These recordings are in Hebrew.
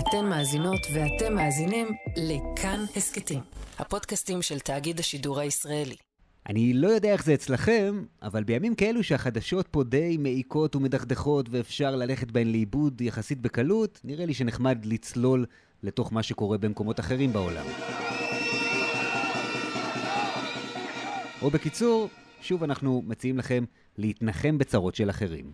אתן מאזינות ואתם מאזינים לכאן הסקטים, הפודקאסטים של תאגיד השידור הישראלי. אני לא יודע איך זה אצלכם, אבל בימים כאלו שהחדשות פה די מעיקות ומדכדכות ואפשר ללכת בהן לאיבוד יחסית בקלות, נראה לי שנחמד לצלול לתוך מה שקורה במקומות אחרים בעולם. או בקיצור, שוב אנחנו מציעים לכם להתנחם בצרות של אחרים.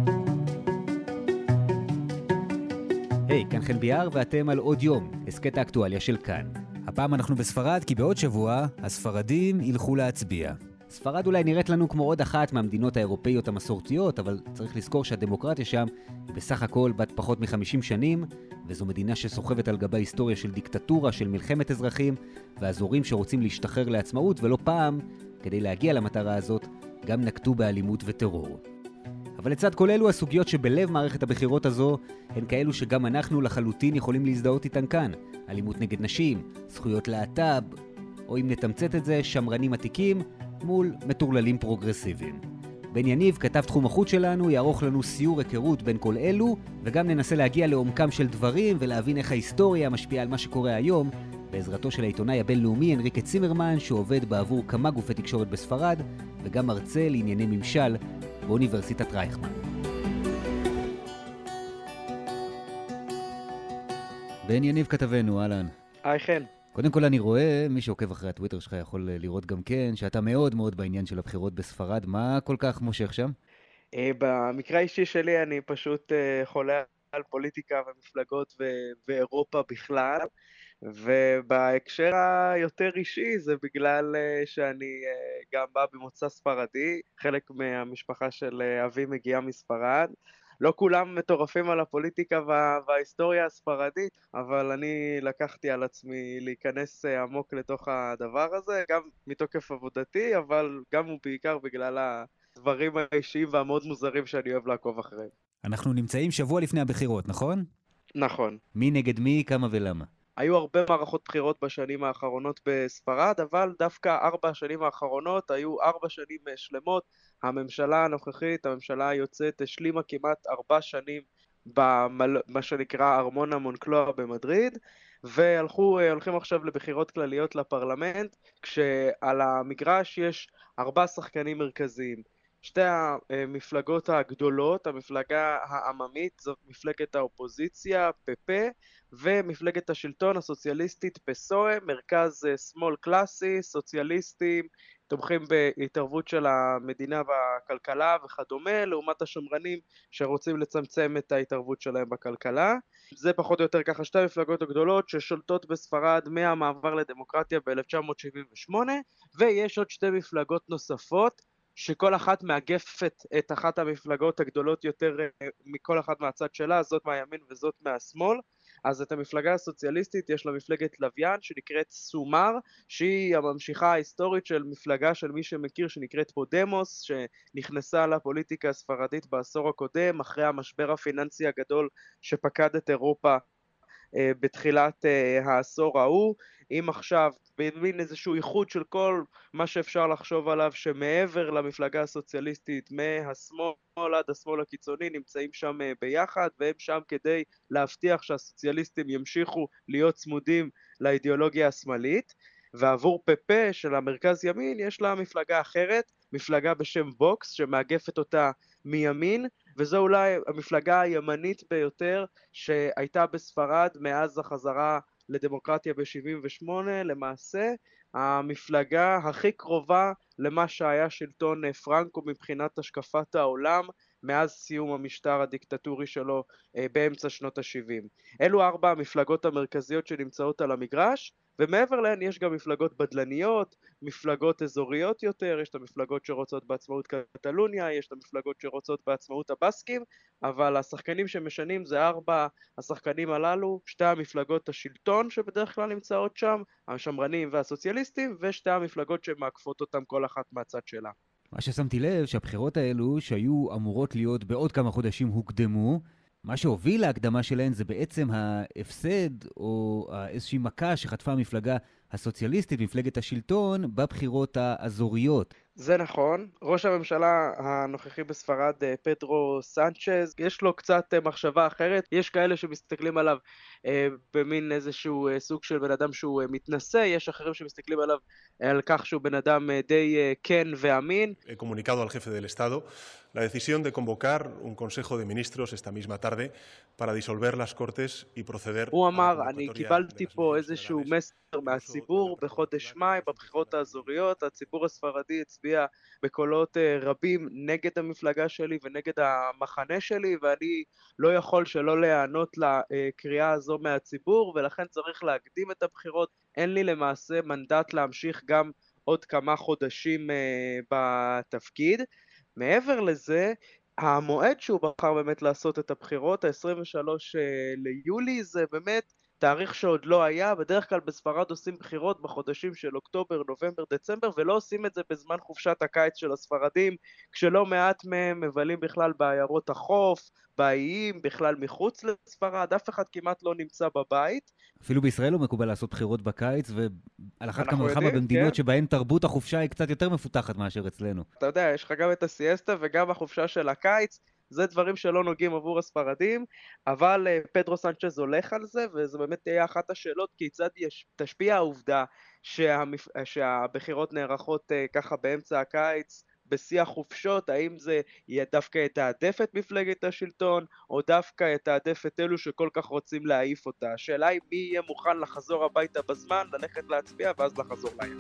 היי, כאן חן ביאר ואתם על עוד יום, הסקט האקטואליה של כאן. הפעם אנחנו בספרד כי בעוד שבוע הספרדים ילכו להצביע. ספרד אולי נראית לנו כמו עוד אחת מהמדינות האירופאיות המסורתיות, אבל צריך לזכור שהדמוקרטיה שם היא בסך הכל בת פחות מ-50 שנים, וזו מדינה שסוחבת על גבה היסטוריה של דיקטטורה, של מלחמת אזרחים, והאזורים שרוצים להשתחרר לעצמאות, ולא פעם, כדי להגיע למטרה הזאת, גם נקטו באלימות וטרור. אבל לצד כל אלו, הסוגיות שבלב מערכת הבחירות הזו הן כאלו שגם אנחנו לחלוטין יכולים להזדהות איתן כאן. אלימות נגד נשים, זכויות להט"ב, או אם נתמצת את זה, שמרנים עתיקים מול מטורללים פרוגרסיביים. בן יניב, כתב תחום החוץ שלנו, יערוך לנו סיור היכרות בין כל אלו, וגם ננסה להגיע לעומקם של דברים ולהבין איך ההיסטוריה משפיעה על מה שקורה היום, בעזרתו של העיתונאי הבינלאומי הנריקה צימרמן, שעובד בעבור כמה גופי תקשורת בספרד, וגם מרצה לענייני ממשל באוניברסיטת רייכמן. בן יניב כתבנו, אהלן. היי חן. קודם כל אני רואה, מי שעוקב אחרי הטוויטר שלך יכול לראות גם כן, שאתה מאוד מאוד בעניין של הבחירות בספרד. מה כל כך מושך שם? במקרה האישי שלי אני פשוט חולה על פוליטיקה ומפלגות ואירופה בכלל, ובהקשר היותר אישי זה בגלל שאני גם בא במוצא ספרדי, חלק מהמשפחה של אבי מגיעה מספרד. לא כולם מטורפים על הפוליטיקה וההיסטוריה הספרדית, אבל אני לקחתי על עצמי להיכנס עמוק לתוך הדבר הזה, גם מתוקף עבודתי, אבל גם ובעיקר בגלל הדברים האישיים והמאוד מוזרים שאני אוהב לעקוב אחריהם. אנחנו נמצאים שבוע לפני הבחירות, נכון? נכון. מי נגד מי, כמה ולמה? היו הרבה מערכות בחירות בשנים האחרונות בספרד, אבל דווקא 4 השנים האחרונות היו 4 שנים שלמות. הממשלה הנוכחית, הממשלה היוצאת, השלימה כמעט 4 שנים במה שנקרא ארמון המונקלואה במדריד, והולכים עכשיו לבחירות כלליות לפרלמנט, כשעל המגרש יש 4 שחקנים מרכזיים. שתי המפלגות הגדולות, המפלגה העממית, זאת מפלגת האופוזיציה, פפה, ומפלגת השלטון הסוציאליסטית פסואה, מרכז שמאל קלאסי, סוציאליסטים, תומכים בהתערבות של המדינה בכלכלה וכדומה, לעומת השמרנים שרוצים לצמצם את ההתערבות שלהם בכלכלה. זה פחות או יותר ככה שתי המפלגות הגדולות ששולטות בספרד מהמעבר לדמוקרטיה ב-1978, ויש עוד 2 מפלגות נוספות, שכל אחת מאגפת את אחת המפלגות הגדולות יותר מכל אחת מהצד שלה, זאת מהימין וזאת מהשמאל. אז את המפלגה הסוציאליסטית יש לה מפלגת לוויין שנקראת סומר, שהיא הממשיכה ההיסטורית של מפלגה של מי שמכיר שנקראת פודמוס, שנכנסה לפוליטיקה הספרדית בעשור הקודם, אחרי המשבר הפיננסי הגדול שפקד את אירופה בתחילת העשור ההוא. אם עכשיו במין איזשהו איחוד של כל מה שאפשר לחשוב עליו, שמעבר למפלגה הסוציאליסטית מהשמאל עד השמאל הקיצוני נמצאים שם ביחד, והם שם כדי להבטיח שהסוציאליסטים ימשיכו להיות צמודים לאידיאולוגיה השמאלית. ועבור פפה של המרכז ימין יש לה מפלגה אחרת, מפלגה בשם בוקס שמאגפת אותה מימין, וזו אולי המפלגה הימנית ביותר שהייתה בספרד מאז החזרה לדמוקרטיה ב-78, למעשה המפלגה הכי קרובה למה שהיה שלטון פרנקו מבחינת השקפת העולם מאז סיום המשטר הדיקטטורי שלו באמצע שנות ה-70. אלו 4 המפלגות המרכזיות שנמצאות על המגרש, ומעבר להן יש גם מפלגות בדלניות, מפלגות אזוריות יותר, יש את המפלגות שרוצות בעצמאות קטלוניה, יש את המפלגות שרוצות בעצמאות הבסקים, אבל השחקנים שמשנים זה 4 השחקנים הללו, 2 המפלגות השלטון שבדרך כלל נמצאות שם, השמרנים והסוציאליסטים, ו2 המפלגות שמעקפות אותם כל אחת מהצד שלה. מה ששמתי לב שהבחירות האלו שהיו אמורות להיות בעוד כמה חודשים הוקדמו, מה שהוביל להקדמה שלהן זה בעצם ההפסד או איזושהי מכה שחטפה המפלגה הסוציאליסטית, מפלגת השלטון, בבחירות האזוריות. זה נכון. ראש הממשלה הנוכחי בספרד, פדרו סנצ'ז, יש לו קצת מחשבה אחרת. יש כאלה שמסתכלים עליו במין איזשהו סוג של בן אדם שהוא מתנשא, יש אחרים שמסתכלים עליו על כך שהוא בן אדם די כן ואמין. He comunicado al jefe del Estado la decisión de convocar un Consejo de Ministros esta misma tarde para disolver las Cortes y proceder. הוא אמר, אני קיבלתי פה איזשהו מסר מהציבור בחודש מאי, בבחירות האזוריות, הציבור הספרדי הצביע בקולות רבים נגד המפלגה שלי ונגד המחנה שלי, ואני לא יכול שלא להיענות לקריאה הזו מהציבור, ולכן צריך להקדים את הבחירות. אין לי למעשה מנדט להמשיך גם עוד כמה חודשים בתפקיד. מעבר לזה, המועד שהוא בחר באמת לעשות את הבחירות, ה-23 ליולי, זה באמת תאריך שעוד לא היה. בדרך כלל בספרד עושים בחירות בחודשים של אוקטובר, נובמבר, דצמבר, ולא עושים את זה בזמן חופשת הקיץ של הספרדים, כשלא מעט מהם מבלים בכלל בעיירות החוף, באיים, בכלל מחוץ לספרד, אף אחד כמעט לא נמצא בבית. אפילו בישראל לא מקובל לעשות בחירות בקיץ, ועל אחת כמה וכמה יודעים, במדינות כן. שבהן תרבות החופשה היא קצת יותר מפותחת מאשר אצלנו. אתה יודע, יש לך גם את הסיאסטה וגם החופשה של הקיץ, זה דברים שלא נוגעים עבור הספרדים, אבל פדרו סנצ'ז הולך על זה, וזה באמת תהיה אחת השאלות, כיצד תשפיע העובדה שהבחירות נערכות ככה באמצע הקיץ, בשיא החופשות, האם זה דווקא יתעדף את מפלגת השלטון, או דווקא יתעדף את אלו שכל כך רוצים להעיף אותה. השאלה היא מי יהיה מוכן לחזור הביתה בזמן, ללכת להצביע ואז לחזור לים.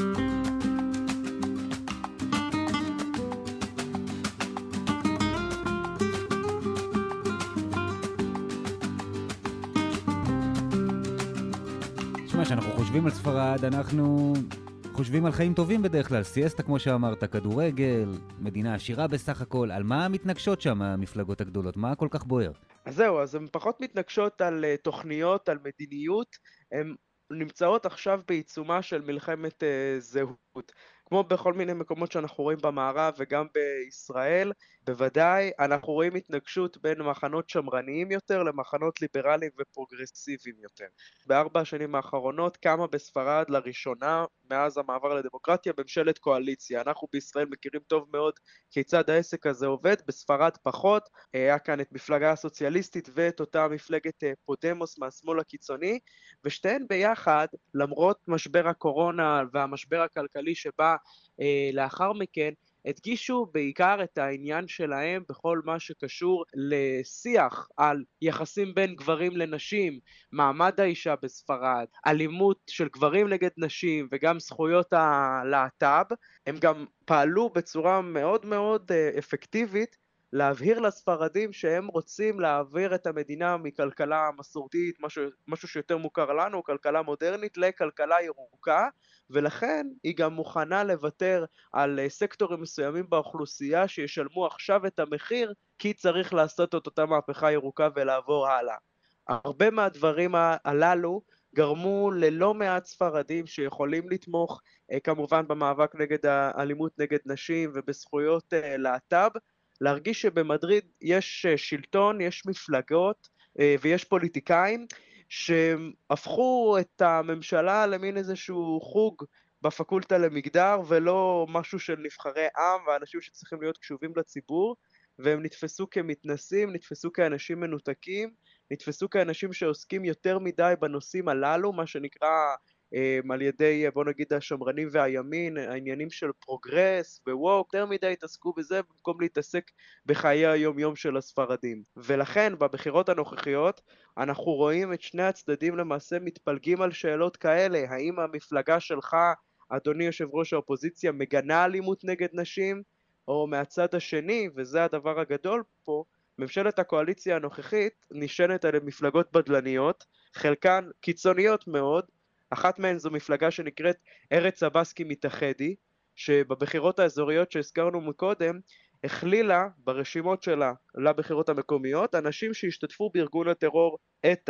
כשאנחנו חושבים על ספרד, אנחנו חושבים על חיים טובים בדרך כלל, סיאסטה כמו שאמרת, כדורגל, מדינה עשירה בסך הכל. על מה מתנגשות שם המפלגות הגדולות? מה כל כך בוער? אז זהו, אז הן פחות מתנגשות על תוכניות, על מדיניות, הן נמצאות עכשיו בעיצומה של מלחמת זהות. כמו בכל מיני מקומות שאנחנו רואים במערב וגם בישראל, בוודאי אנחנו רואים התנגשות בין מחנות שמרניים יותר למחנות ליברליים ופרוגרסיביים יותר. בארבע השנים האחרונות קמה בספרד לראשונה, מאז המעבר לדמוקרטיה, ממשלת קואליציה. אנחנו בישראל מכירים טוב מאוד כיצד העסק הזה עובד, בספרד פחות. היה כאן את מפלגה הסוציאליסטית ואת אותה מפלגת פודמוס מהשמאל הקיצוני, ושתיהן ביחד, למרות משבר הקורונה והמשבר הכלכלי שבא לאחר מכן, הדגישו בעיקר את העניין שלהם בכל מה שקשור לשיח על יחסים בין גברים לנשים, מעמד האישה בספרד, אלימות של גברים נגד נשים וגם זכויות הלהט"ב. הם גם פעלו בצורה מאוד מאוד אפקטיבית להבהיר לספרדים שהם רוצים להעביר את המדינה מכלכלה מסורתית, משהו שיותר מוכר לנו, כלכלה מודרנית, לכלכלה ירוקה, ולכן היא גם מוכנה לוותר על סקטורים מסוימים באוכלוסייה שישלמו עכשיו את המחיר, כי צריך לעשות את אותה מהפכה ירוקה ולעבור הלאה. הרבה מהדברים הללו גרמו ללא מעט ספרדים שיכולים לתמוך כמובן במאבק נגד האלימות נגד נשים ובזכויות להט"ב, להרגיש שבמדריד יש שלטון, יש מפלגות ויש פוליטיקאים שהפכו את הממשלה למין איזשהו חוג בפקולטה למגדר, ולא משהו של נבחרי עם ואנשים שצריכים להיות קשובים לציבור, והם נתפסו כמתנסים, נתפסו כאנשים מנותקים, נתפסו כאנשים שעוסקים יותר מדי בנושאים הללו, מה שנקרא על ידי, בוא נגיד, השמרנים והימין, העניינים של פרוגרס וווק, יותר מדי התעסקו בזה במקום להתעסק בחיי היום-יום של הספרדים. ולכן בבחירות הנוכחיות אנחנו רואים את שני הצדדים למעשה מתפלגים על שאלות כאלה. האם המפלגה שלך, אדוני יושב ראש האופוזיציה, מגנה אלימות נגד נשים, או מהצד השני, וזה הדבר הגדול פה, ממשלת הקואליציה הנוכחית נשענת על מפלגות בדלניות, חלקן קיצוניות מאוד. אחת מהן זו מפלגה שנקראת ארץ הבסקי מתאחדי, שבבחירות האזוריות שהזכרנו מקודם, הכלילה ברשימות שלה לבחירות המקומיות אנשים שהשתתפו בארגון הטרור ETA,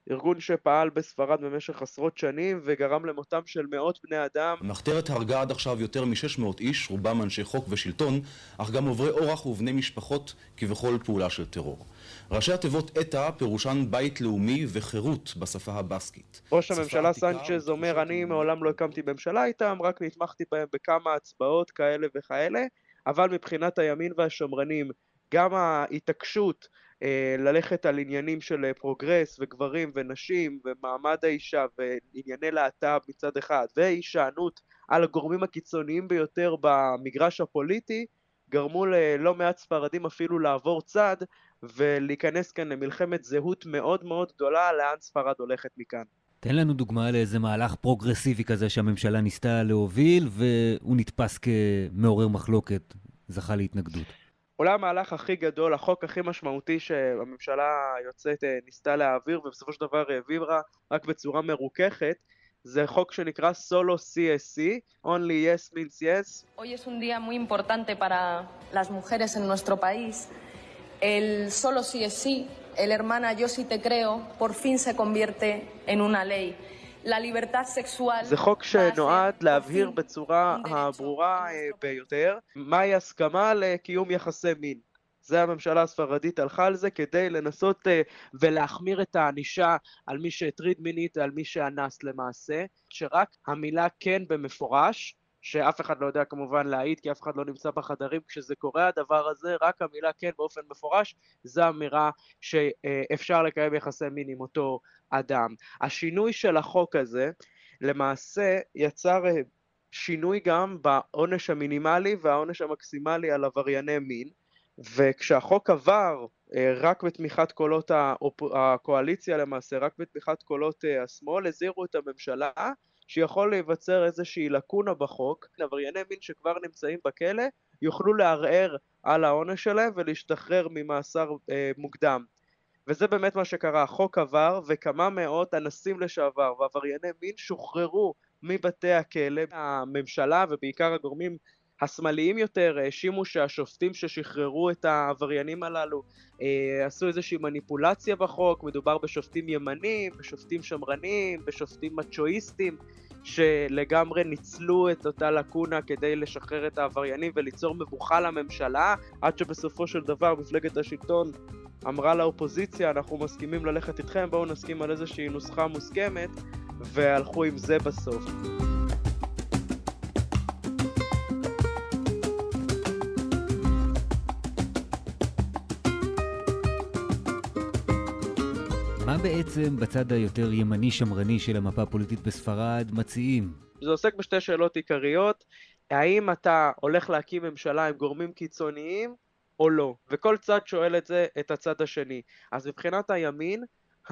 ארגון שפעל בספרד במשך עשרות שנים וגרם למותם של מאות בני אדם. המחתרת הרגה עד עכשיו יותר מ-600 איש, רובם אנשי חוק ושלטון, אך גם עוברי אורח ובני משפחות כבכל פעולה של טרור. ראשי התיבות ETA פירושן בית לאומי וחירות בשפה הבסקית. ראש הממשלה סנצ'ז אומר, אני מעולם לא הקמתי ממשלה איתם, רק נתמכתי בהם בכמה הצבעות כאלה וכאלה, אבל מבחינת הימין והשמרנים, גם ההתעקשות ללכת על עניינים של פרוגרס וגברים ונשים ומעמד האישה וענייני להט"ב מצד אחד, והישענות על הגורמים הקיצוניים ביותר במגרש הפוליטי, גרמו ללא מעט ספרדים אפילו לעבור צד ולהיכנס כאן למלחמת זהות מאוד מאוד גדולה לאן ספרד הולכת מכאן. תן לנו דוגמה לאיזה מהלך פרוגרסיבי כזה שהממשלה ניסתה להוביל והוא נתפס כמעורר מחלוקת, זכה להתנגדות. אולי המהלך הכי גדול, החוק הכי משמעותי שהממשלה יוצאת ניסתה להעביר ובסופו של דבר העבירה רק בצורה מרוככת, זה חוק שנקרא Solo CSC, Only Yes Means Yes. Hoy es un día muy importante para las mujeres en nuestro país. El Solo CSC, el hermana Yo sí te creo, por fin se convierte en una ley. La libertad sexual. זה חוק שנועד להבהיר בצורה הברורה ביותר מהי הסכמה לקיום יחסי מין. זה הממשלה הספרדית הלכה על זה כדי לנסות ולהחמיר את הענישה על מי שהטריד מינית, על מי שאנס למעשה, שרק המילה כן במפורש, שאף אחד לא יודע כמובן להעיד כי אף אחד לא נמצא בחדרים כשזה קורה הדבר הזה, רק המילה כן באופן מפורש, זו אמירה שאפשר לקיים יחסי מין עם אותו אדם. השינוי של החוק הזה למעשה יצר שינוי גם בעונש המינימלי והעונש המקסימלי על עברייני מין, וכשהחוק עבר רק בתמיכת קולות הקואליציה למעשה, רק בתמיכת קולות השמאל, הזהירו את הממשלה שיכול להיווצר איזושהי לקונה בחוק, עברייני מין שכבר נמצאים בכלא יוכלו לערער על העונש שלהם ולהשתחרר ממאסר מוקדם. וזה באמת מה שקרה, החוק עבר וכמה מאות אנסים לשעבר ועברייני מין שוחררו מבתי הכלא. הממשלה ובעיקר הגורמים השמאליים יותר האשימו שהשופטים ששחררו את העבריינים הללו עשו איזושהי מניפולציה בחוק, מדובר בשופטים ימנים, בשופטים שמרנים, בשופטים מצ'ואיסטים שלגמרי ניצלו את אותה לקונה כדי לשחרר את העבריינים וליצור מבוכה לממשלה, עד שבסופו של דבר מפלגת השלטון אמרה לאופוזיציה, אנחנו מסכימים ללכת איתכם, בואו נסכים על איזושהי נוסחה מוסכמת, והלכו עם זה בסוף. מה בעצם בצד היותר ימני שמרני של המפה הפוליטית בספרד מציעים? זה עוסק בשתי שאלות עיקריות, האם אתה הולך להקים ממשלה עם גורמים קיצוניים או לא, וכל צד שואל את זה את הצד השני. אז מבחינת הימין,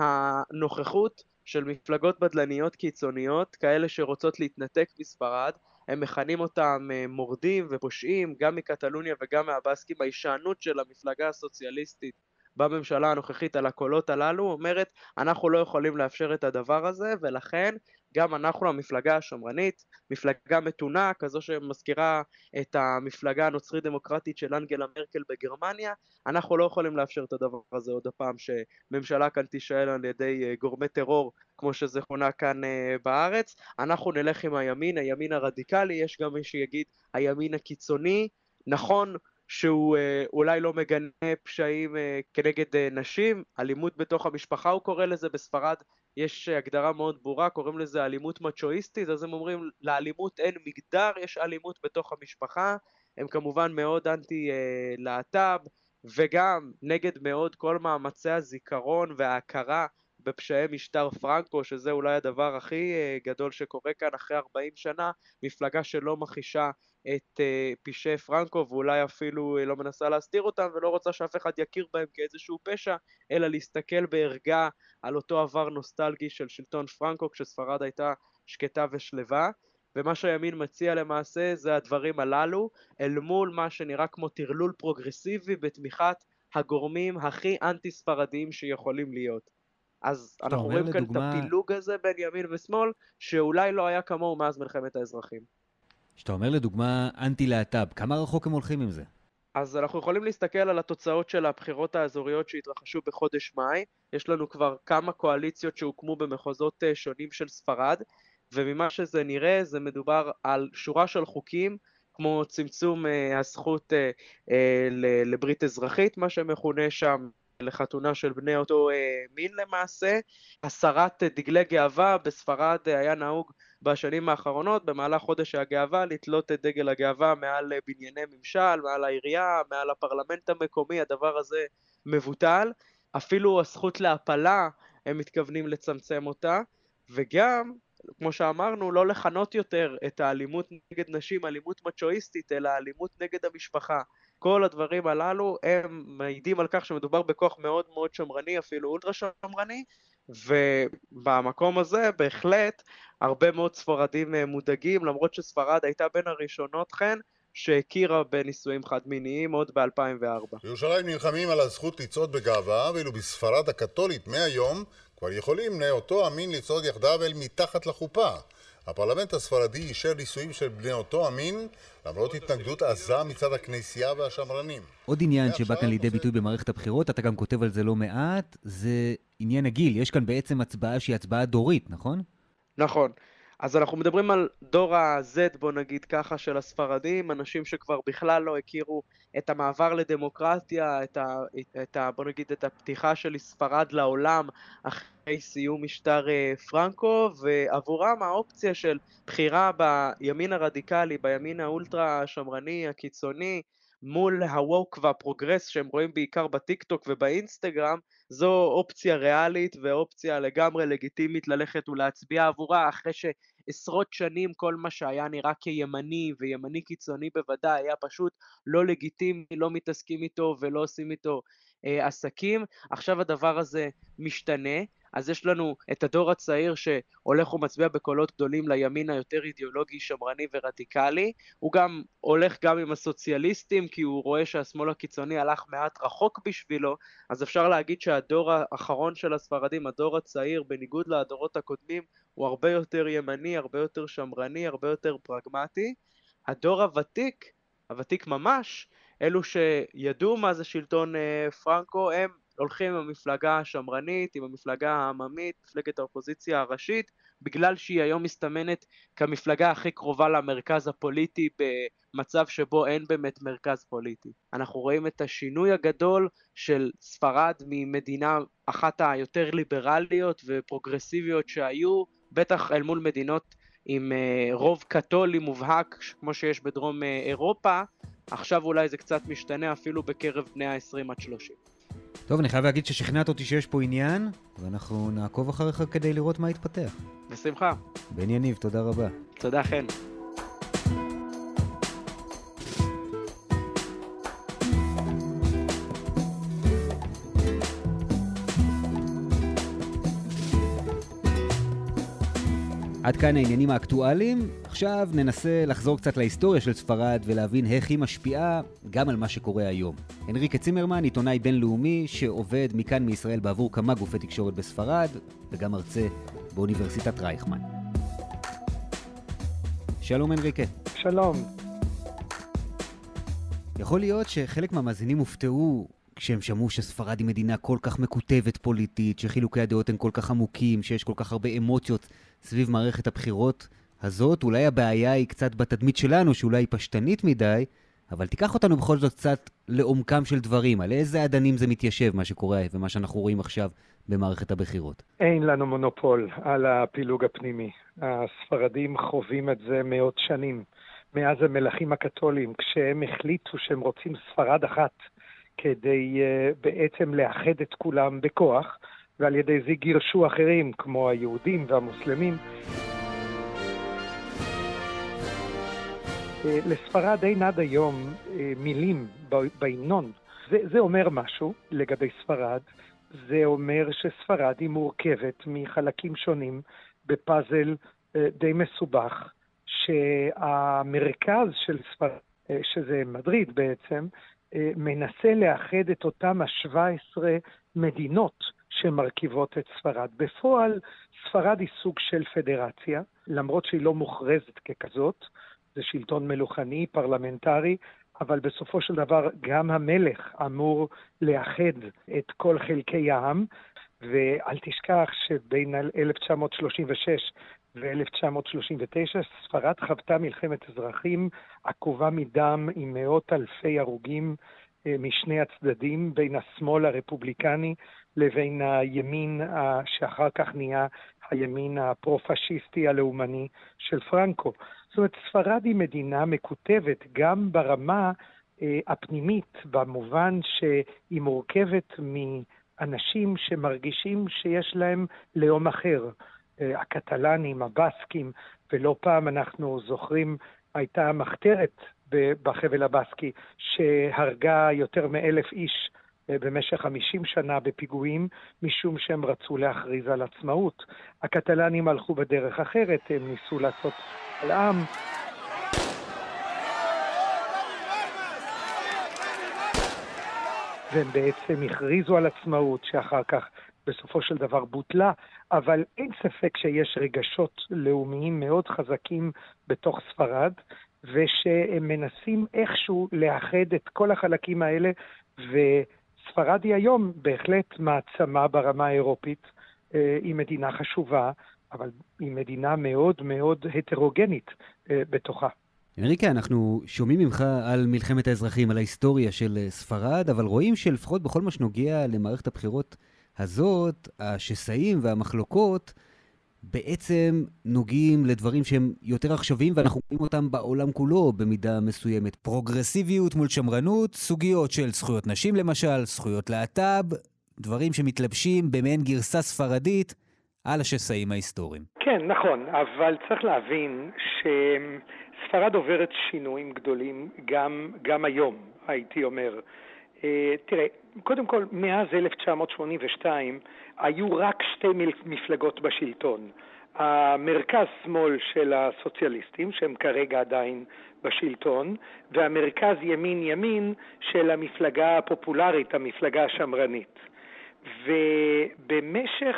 הנוכחות של מפלגות בדלניות קיצוניות, כאלה שרוצות להתנתק מספרד, הם מכנים אותם מורדים ופושעים, גם מקטלוניה וגם מהבסקים. ההישענות של המפלגה הסוציאליסטית בממשלה הנוכחית על הקולות הללו אומרת, אנחנו לא יכולים לאפשר את הדבר הזה, ולכן גם אנחנו המפלגה השמרנית, מפלגה מתונה, כזו שמזכירה את המפלגה הנוצרית דמוקרטית של אנגלה מרקל בגרמניה, אנחנו לא יכולים לאפשר את הדבר הזה עוד הפעם, שממשלה כאן תישאל על ידי גורמי טרור, כמו שזה חונה כאן בארץ. אנחנו נלך עם הימין, הימין הרדיקלי, יש גם מי שיגיד הימין הקיצוני, נכון, שהוא אולי לא מגנה פשעים כנגד נשים, אלימות בתוך המשפחה הוא קורא לזה, בספרד יש הגדרה מאוד ברורה, קוראים לזה אלימות מצ'ואיסטית, אז הם אומרים לאלימות אין מגדר, יש אלימות בתוך המשפחה, הם כמובן מאוד אנטי להט"ב, וגם נגד מאוד כל מאמצי הזיכרון וההכרה בפשעי משטר פרנקו, שזה אולי הדבר הכי גדול שקורה כאן אחרי 40 שנה, מפלגה שלא מכחישה את פשעי פרנקו ואולי אפילו לא מנסה להסתיר אותם ולא רוצה שאף אחד יכיר בהם כאיזשהו פשע, אלא להסתכל בערגה על אותו עבר נוסטלגי של שלטון פרנקו כשספרד הייתה שקטה ושלווה. ומה שהימין מציע למעשה זה הדברים הללו, אל מול מה שנראה כמו תרלול פרוגרסיבי בתמיכת הגורמים הכי אנטי ספרדיים שיכולים להיות. אז אנחנו רואים כאן את הפילוג הזה בין ימין ושמאל, שאולי לא היה כמוהו מאז מלחמת האזרחים. שאתה אומר לדוגמה אנטי להט"ב, כמה רחוק הם הולכים עם זה? אז אנחנו יכולים להסתכל על התוצאות של הבחירות האזוריות שהתרחשו בחודש מאי. יש לנו כבר כמה קואליציות שהוקמו במחוזות שונים של ספרד, וממה שזה נראה זה מדובר על שורה של חוקים, כמו צמצום הזכות לברית אזרחית, מה שמכונה שם לחתונה של בני אותו מין למעשה. הסרת דגלי גאווה בספרד היה נהוג בשנים האחרונות, במהלך חודש הגאווה, לתלות את דגל הגאווה מעל בנייני ממשל, מעל העירייה, מעל הפרלמנט המקומי, הדבר הזה מבוטל. אפילו הזכות להפלה, הם מתכוונים לצמצם אותה, וגם, כמו שאמרנו, לא לכנות יותר את האלימות נגד נשים, אלימות מצ'ואיסטית, אלא אלימות נגד המשפחה. כל הדברים הללו הם מעידים על כך שמדובר בכוח מאוד מאוד שמרני, אפילו אולטרה שמרני, ובמקום הזה בהחלט הרבה מאוד ספרדים מודאגים, למרות שספרד הייתה בין הראשונות שהכירה בנישואים חד-מיניים עוד ב-2004. בירושלים נלחמים על הזכות לצעוד בגאווה, ואילו בספרד הקתולית מהיום כבר יכולים בני אותו המין לצעוד יחדיו אל מתחת לחופה. הפרלמנט הספרדי אישר נישואים של בני אותו המין, למרות התנגדות עזה מצד הכנסייה והשמרנים. עוד עניין שבא כאן לידי ביטוי במערכת הבחירות, אתה גם כותב על זה לא מעט, זה עניין הגיל. יש כאן בעצם הצבעה שהיא הצבעה דורית, נכון? נכון. אז אנחנו מדברים על דור ה-Z, בוא נגיד ככה, של הספרדים, אנשים שכבר בכלל לא הכירו את המעבר לדמוקרטיה, בוא נגיד את הפתיחה של ספרד לעולם אחרי סיום משטר פרנקו, ועבורם האופציה של בחירה בימין הרדיקלי, בימין האולטרה שמרני הקיצוני, מול הווק והפרוגרס שהם רואים בעיקר בטיקטוק ובאינסטגרם, זו אופציה ריאלית ואופציה לגמרי לגיטימית ללכת ולהצביע עבורה, אחרי שעשרות שנים כל מה שהיה נראה כימני וימני קיצוני בוודאי היה פשוט לא לגיטימי, לא מתעסקים איתו ולא עושים איתו עסקים. עכשיו הדבר הזה משתנה, אז יש לנו את הדור הצעיר שהולך ומצביע בקולות גדולים לימין היותר אידיאולוגי, שמרני ורדיקלי. הוא גם הולך גם עם הסוציאליסטים, כי הוא רואה שהשמאל הקיצוני הלך מעט רחוק בשבילו, אז אפשר להגיד שהדור האחרון של הספרדים, הדור הצעיר, בניגוד לדורות הקודמים, הוא הרבה יותר ימני, הרבה יותר שמרני, הרבה יותר פרגמטי. הדור הוותיק ממש, אלו שידעו מה זה שלטון פרנקו, הם הולכים עם המפלגה השמרנית, עם המפלגה העממית, מפלגת האופוזיציה הראשית, בגלל שהיא היום מסתמנת כמפלגה הכי קרובה למרכז הפוליטי במצב שבו אין באמת מרכז פוליטי. אנחנו רואים את השינוי הגדול של ספרד ממדינה אחת היותר ליברליות ופרוגרסיביות שהיו, בטח אל מול מדינות עם רוב קתולי מובהק כמו שיש בדרום אירופה. עכשיו אולי זה קצת משתנה אפילו בקרב בני ה-20 עד 30. טוב, אני חייב להגיד ששכנעת אותי שיש פה עניין, ואנחנו נעקוב אחריך כדי לראות מה יתפתח. בשמחה. בן יניב, תודה רבה. תודה, חן. עד כאן העניינים האקטואליים. עכשיו ננסה לחזור קצת להיסטוריה של ספרד ולהבין איך היא משפיעה גם על מה שקורה היום. הנריקה צימרמן, עיתונאי בינלאומי שעובד מכאן מישראל בעבור כמה גופי תקשורת בספרד, וגם מרצה באוניברסיטת רייכמן. שלום הנריקה. שלום. יכול להיות שחלק מהמאזינים הופתעו כשהם שמעו שספרד היא מדינה כל כך מקוטבת פוליטית, שחילוקי הדעות הם כל כך עמוקים, שיש כל כך הרבה אמוציות סביב מערכת הבחירות הזאת. אולי הבעיה היא קצת בתדמית שלנו, שאולי היא פשטנית מדי, אבל תיקח אותנו בכל זאת קצת לעומקם של דברים, על איזה עדנים זה מתיישב מה שקורה ומה שאנחנו רואים עכשיו במערכת הבחירות. אין לנו מונופול על הפילוג הפנימי. הספרדים חווים את זה מאות שנים, מאז המלכים הקתולים, כשהם החליטו שהם רוצים ספרד אחת, כדי בעצם לאחד את כולם בכוח, ועל ידי זה גירשו אחרים, כמו היהודים והמוסלמים. לספרד אין עד היום מילים בהמנון. זה אומר משהו לגבי ספרד. זה אומר שספרד היא מורכבת מחלקים שונים בפאזל די מסובך, שהמרכז של ספרד, שזה מדריד בעצם, מנסה לאחד את אותם 17 מדינות שמרכיבות את ספרד. בפועל, ספרד היא סוג של פדרציה, למרות שהיא לא מוכרזת ככזאת, זה שלטון מלוכני, פרלמנטרי, אבל בסופו של דבר גם המלך אמור לאחד את כל חלקי העם, ואל תשכח שבין 1936 ו-1939 ספרד חוותה מלחמת אזרחים עקובה מדם עם מאות אלפי הרוגים משני הצדדים, בין השמאל הרפובליקני לבין הימין שאחר כך נהיה הימין הפרו-פשיסטי הלאומני של פרנקו. זאת אומרת, ספרד היא מדינה מקוטבת גם ברמה הפנימית, במובן שהיא מורכבת מאנשים שמרגישים שיש להם לאום אחר. הקטלנים, הבסקים, ולא פעם אנחנו זוכרים, הייתה מחתרת בחבל הבסקי שהרגה יותר מ1,000 איש במשך 50 שנה בפיגועים, משום שהם רצו להכריז על עצמאות. הקטלנים הלכו בדרך אחרת, הם ניסו לעשות על עם. והם בעצם הכריזו על עצמאות שאחר כך בסופו של דבר בוטלה, אבל אין ספק שיש רגשות לאומיים מאוד חזקים בתוך ספרד, ושהם מנסים איכשהו לאחד את כל החלקים האלה, וספרד היא היום בהחלט מעצמה ברמה האירופית, היא מדינה חשובה, אבל היא מדינה מאוד מאוד הטרוגנית בתוכה. אנריקה, אנחנו שומעים ממך על מלחמת האזרחים, על ההיסטוריה של ספרד, אבל רואים שלפחות בכל מה שנוגע למערכת הבחירות הזאת, השסעים והמחלוקות בעצם נוגעים לדברים שהם יותר עכשוויים, ואנחנו רואים אותם בעולם כולו במידה מסוימת. פרוגרסיביות מול שמרנות, סוגיות של זכויות נשים למשל, זכויות להט"ב, דברים שמתלבשים במעין גרסה ספרדית על השסעים ההיסטוריים. כן, נכון, אבל צריך להבין שספרד עוברת שינויים גדולים גם היום, הייתי אומר. תראה, קודם כל, מאז 1982 היו רק שתי מפלגות בשלטון. המרכז שמאל של הסוציאליסטים, שהם כרגע עדיין בשלטון, והמרכז ימין של המפלגה הפופולרית, המפלגה השמרנית. ובמשך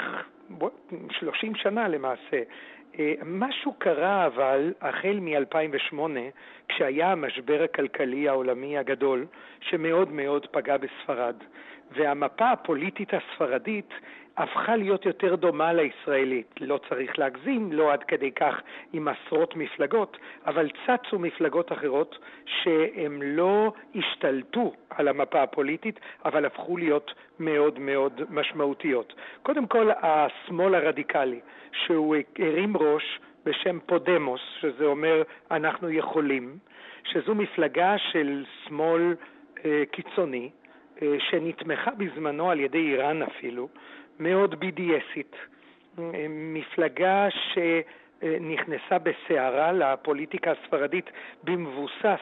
30 שנה למעשה, משהו קרה אבל החל מ-2008, כשהיה המשבר הכלכלי העולמי הגדול, שמאוד מאוד פגע בספרד. והמפה הפוליטית הספרדית הפכה להיות יותר דומה לישראלית. לא צריך להגזים, לא עד כדי כך עם עשרות מפלגות, אבל צצו מפלגות אחרות שהן לא השתלטו על המפה הפוליטית, אבל הפכו להיות מאוד מאוד משמעותיות. קודם כל, השמאל הרדיקלי, שהוא הרים ראש בשם פודמוס, שזה אומר אנחנו יכולים, שזו מפלגה של שמאל קיצוני, שנתמכה בזמנו על ידי איראן אפילו, מאוד BDSית, מפלגה שנכנסה בסערה לפוליטיקה הספרדית במבוסס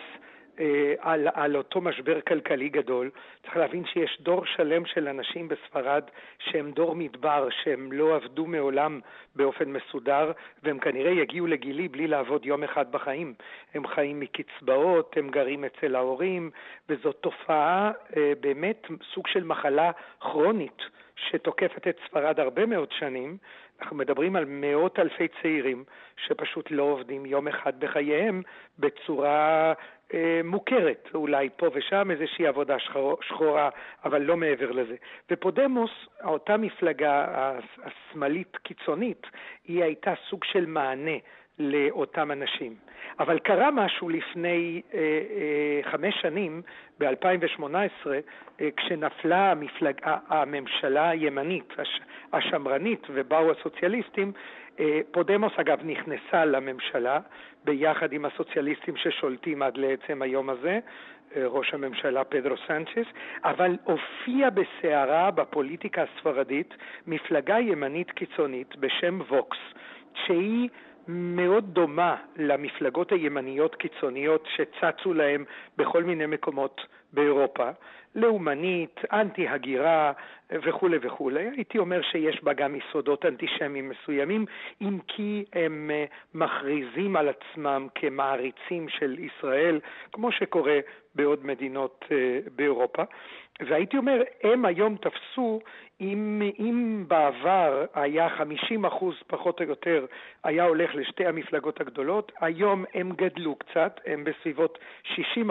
על אותו משבר כלכלי גדול. צריך להבין שיש דור שלם של אנשים בספרד שהם דור מדבר, שהם לא עבדו מעולם באופן מסודר, והם כנראה יגיעו לגילי בלי לעבוד יום אחד בחיים. הם חיים מקצבאות, הם גרים אצל ההורים, וזו תופעה באמת סוג של מחלה כרונית שתוקפת את ספרד הרבה מאוד שנים. אנחנו מדברים על מאות אלפי צעירים שפשוט לא עובדים יום אחד בחייהם בצורה מוכרת, אולי פה ושם איזושהי עבודה שחורה, אבל לא מעבר לזה. ופודמוס, אותה מפלגה השמאלית קיצונית, היא הייתה סוג של מענה לאותם אנשים. אבל קרה משהו לפני 5 שנים, ב-2018, כשנפלה הממשלה הימנית, השמרנית, ובאו הסוציאליסטים. פודמוס אגב נכנסה לממשלה ביחד עם הסוציאליסטים ששולטים עד לעצם היום הזה, ראש הממשלה פדרו סנצ'ס, אבל הופיע בסערה בפוליטיקה הספרדית מפלגה ימנית קיצונית בשם ווקס, שהיא מאוד דומה למפלגות הימניות קיצוניות שצצו להם בכל מיני מקומות באירופה, לאומנית, אנטי-הגירה וכו' וכו'. הייתי אומר שיש בה גם יסודות אנטישמיים מסוימים, אם כי הם מכריזים על עצמם כמעריצים של ישראל, כמו שקורה בעוד מדינות באירופה. והייתי אומר, הם היום תפסו, אם בעבר היה 50% פחות או יותר, היה הולך לשתי המפלגות הגדולות, היום הם גדלו קצת, הם בסביבות 60%,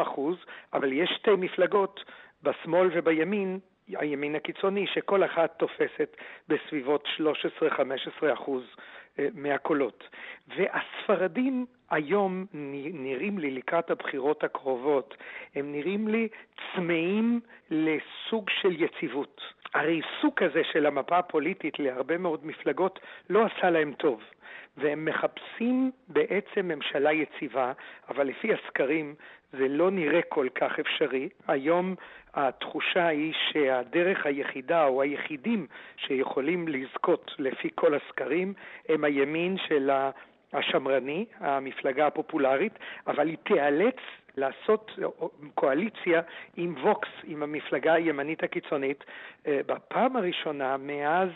אבל יש שתי מפלגות בשמאל ובימין, הימין הקיצוני, שכל אחת תופסת בסביבות 13-15% מהקולות. והספרדים היום נראים לי לקראת הבחירות הקרובות, הם נראים לי צמאים לסוג של יציבות. הרי סוג כזה של המפה הפוליטית להרבה מאוד מפלגות לא עשה להם טוב. והם מחפשים בעצם ממשלה יציבה, אבל לפי הסקרים זה לא נראה כל כך אפשרי. היום התחושה היא שהדרך היחידה או היחידים שיכולים לזכות לפי כל הסקרים הם הימין של השמרני, המפלגה הפופולרית, אבל היא תיאלץ לעשות קואליציה עם ווקס, עם המפלגה הימנית הקיצונית, בפעם הראשונה מאז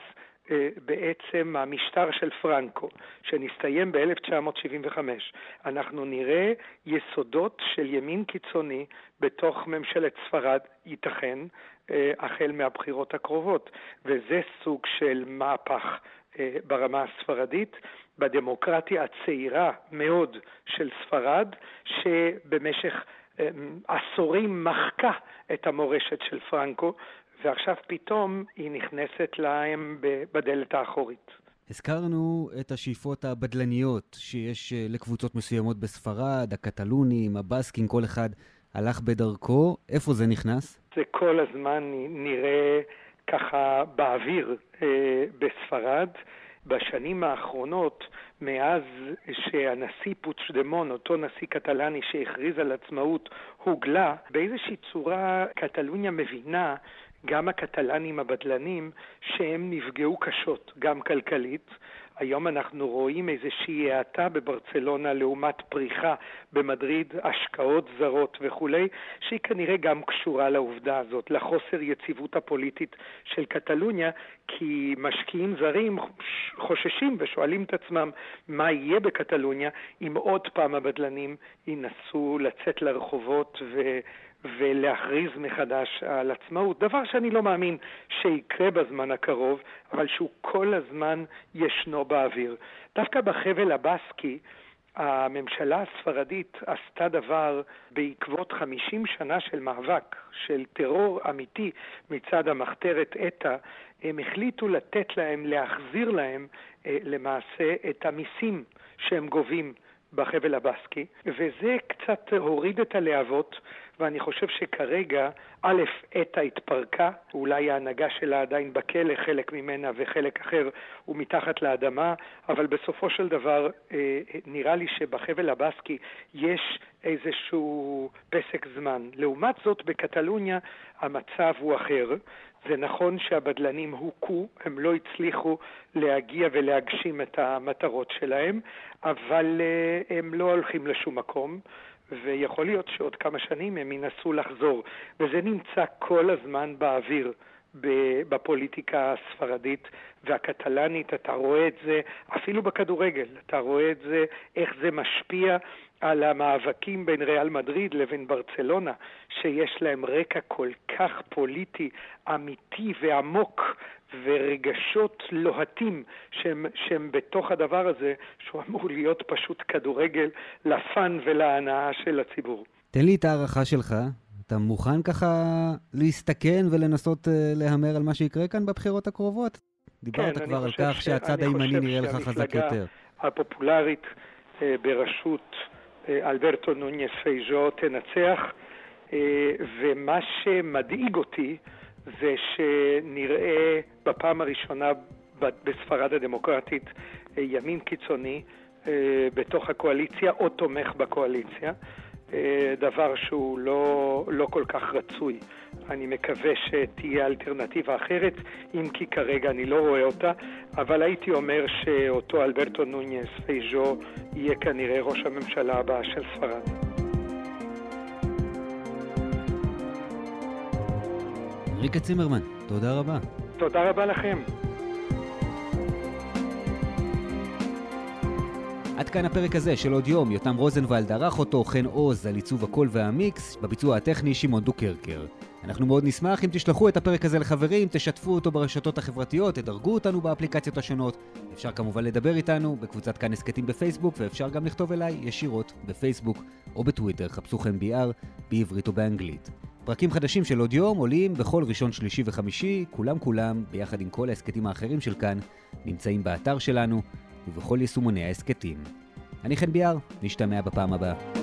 בעצם המשטר של פרנקו, שנסתיים ב-1975. אנחנו נראה יסודות של ימין קיצוני בתוך ממשלת ספרד, ייתכן, החל מהבחירות הקרובות, וזה סוג של מהפך ברמה הספרדית, בדמוקרטיה הצעירה מאוד של ספרד, שבמשך עשורים מחקה את המורשת של פרנקו, ועכשיו פתאום היא נכנסת להם בדלת האחורית. הזכרנו את השאיפות הבדלניות שיש לקבוצות מסוימות בספרד, הקטלונים, הבסקים, כל אחד הלך בדרכו. איפה זה נכנס? זה כל הזמן נראה ככה באוויר בספרד. בשנים האחרונות, מאז שהנשיא פוצ'דמון, אותו נשיא קטלני שהכריז על עצמאות, הוגלה, באיזושהי צורה קטלוניה מבינה, גם הקטלנים הבדלנים, שהם נפגעו קשות, גם כלכלית. היום אנחנו רואים איזושהי האטה בברצלונה לעומת פריחה במדריד, השקעות זרות וכו', שהיא כנראה גם קשורה לעובדה הזאת, לחוסר יציבות הפוליטית של קטלוניה, כי משקיעים זרים חוששים ושואלים את עצמם מה יהיה בקטלוניה אם עוד פעם הבדלנים ינסו לצאת לרחובות ולהכריז מחדש על עצמאות, דבר שאני לא מאמין שיקרה בזמן הקרוב, אבל שהוא כל הזמן ישנו באוויר. דווקא בחבל הבסקי, הממשלה הספרדית עשתה דבר בעקבות 50 שנה של מאבק, של טרור אמיתי מצד המחתרת אטה, הם החליטו לתת להם, להחזיר להם למעשה את המיסים שהם גובים בחבל הבסקי, וזה קצת הוריד את הלהבות, ואני חושב שכרגע, א', אטה התפרקה, אולי ההנהגה שלה עדיין בכלא, חלק ממנה וחלק אחר הוא מתחת לאדמה, אבל בסופו של דבר נראה לי שבחבל הבסקי יש איזשהו פסק זמן. לעומת זאת בקטלוניה המצב הוא אחר. זה נכון שהבדלנים הוקו, הם לא הצליחו להגיע ולהגשים את המטרות שלהם, אבל הם לא הולכים לשום מקום, ויכול להיות שעוד כמה שנים הם ינסו לחזור. וזה נמצא כל הזמן באוויר בפוליטיקה הספרדית והקטלנית. אתה רואה את זה אפילו בכדורגל, אתה רואה את זה, איך זה משפיע על המאבקים בין ריאל מדריד לבין ברצלונה, שיש להם רקע כל כך פוליטי, אמיתי ועמוק, ורגשות לוהטים שהם בתוך הדבר הזה, שהוא אמור להיות פשוט כדורגל לפן ולהנאה של הציבור. תן לי את הערכה שלך. אתה מוכן ככה להסתכן ולנסות להמר על מה שיקרה כאן בבחירות הקרובות? דיברת כבר על כך שהצד הימני נראה לך חזק יותר. הפופולרית בראשות אלברטו נוניס פייג'ו תנצח, ומה שמדאיג אותי זה שנראה בפעם הראשונה בספרד הדמוקרטית ימין קיצוני בתוך הקואליציה או תומך בקואליציה, דבר שהוא לא כל כך רצוי. אני מקווה שתהיה אלטרנטיבה אחרת, אם כי כרגע אני לא רואה אותה, אבל הייתי אומר שאותו אלברטו נוניס פייג'ו יהיה כנראה ראש הממשלה הבא של ספרד. ריקה צימרמן, תודה רבה. תודה רבה לכם. עד כאן הפרק הזה של עוד יום. יותם רוזנבלד ערך אותו, חן עוז על עיצוב הקול והמיקס, בביצוע הטכני שמעון דוקרקר. אנחנו מאוד נשמח אם תשלחו את הפרק הזה לחברים, תשתפו אותו ברשתות החברתיות, תדרגו אותנו באפליקציות השונות. אפשר כמובן לדבר איתנו בקבוצת כאן הסקטים בפייסבוק, ואפשר גם לכתוב אליי ישירות בפייסבוק או בטוויטר, חפשו חן ביאר בעברית או באנגלית. פרקים חדשים של עוד יום עולים בכל ראשון, שלישי וחמישי, כולם ביחד עם כל ההסקטים האחרים של כאן, נמצאים באתר שלנו ובכל יישומוני ההסקטים. אני חן ביאר, נשתמע בפעם הבאה.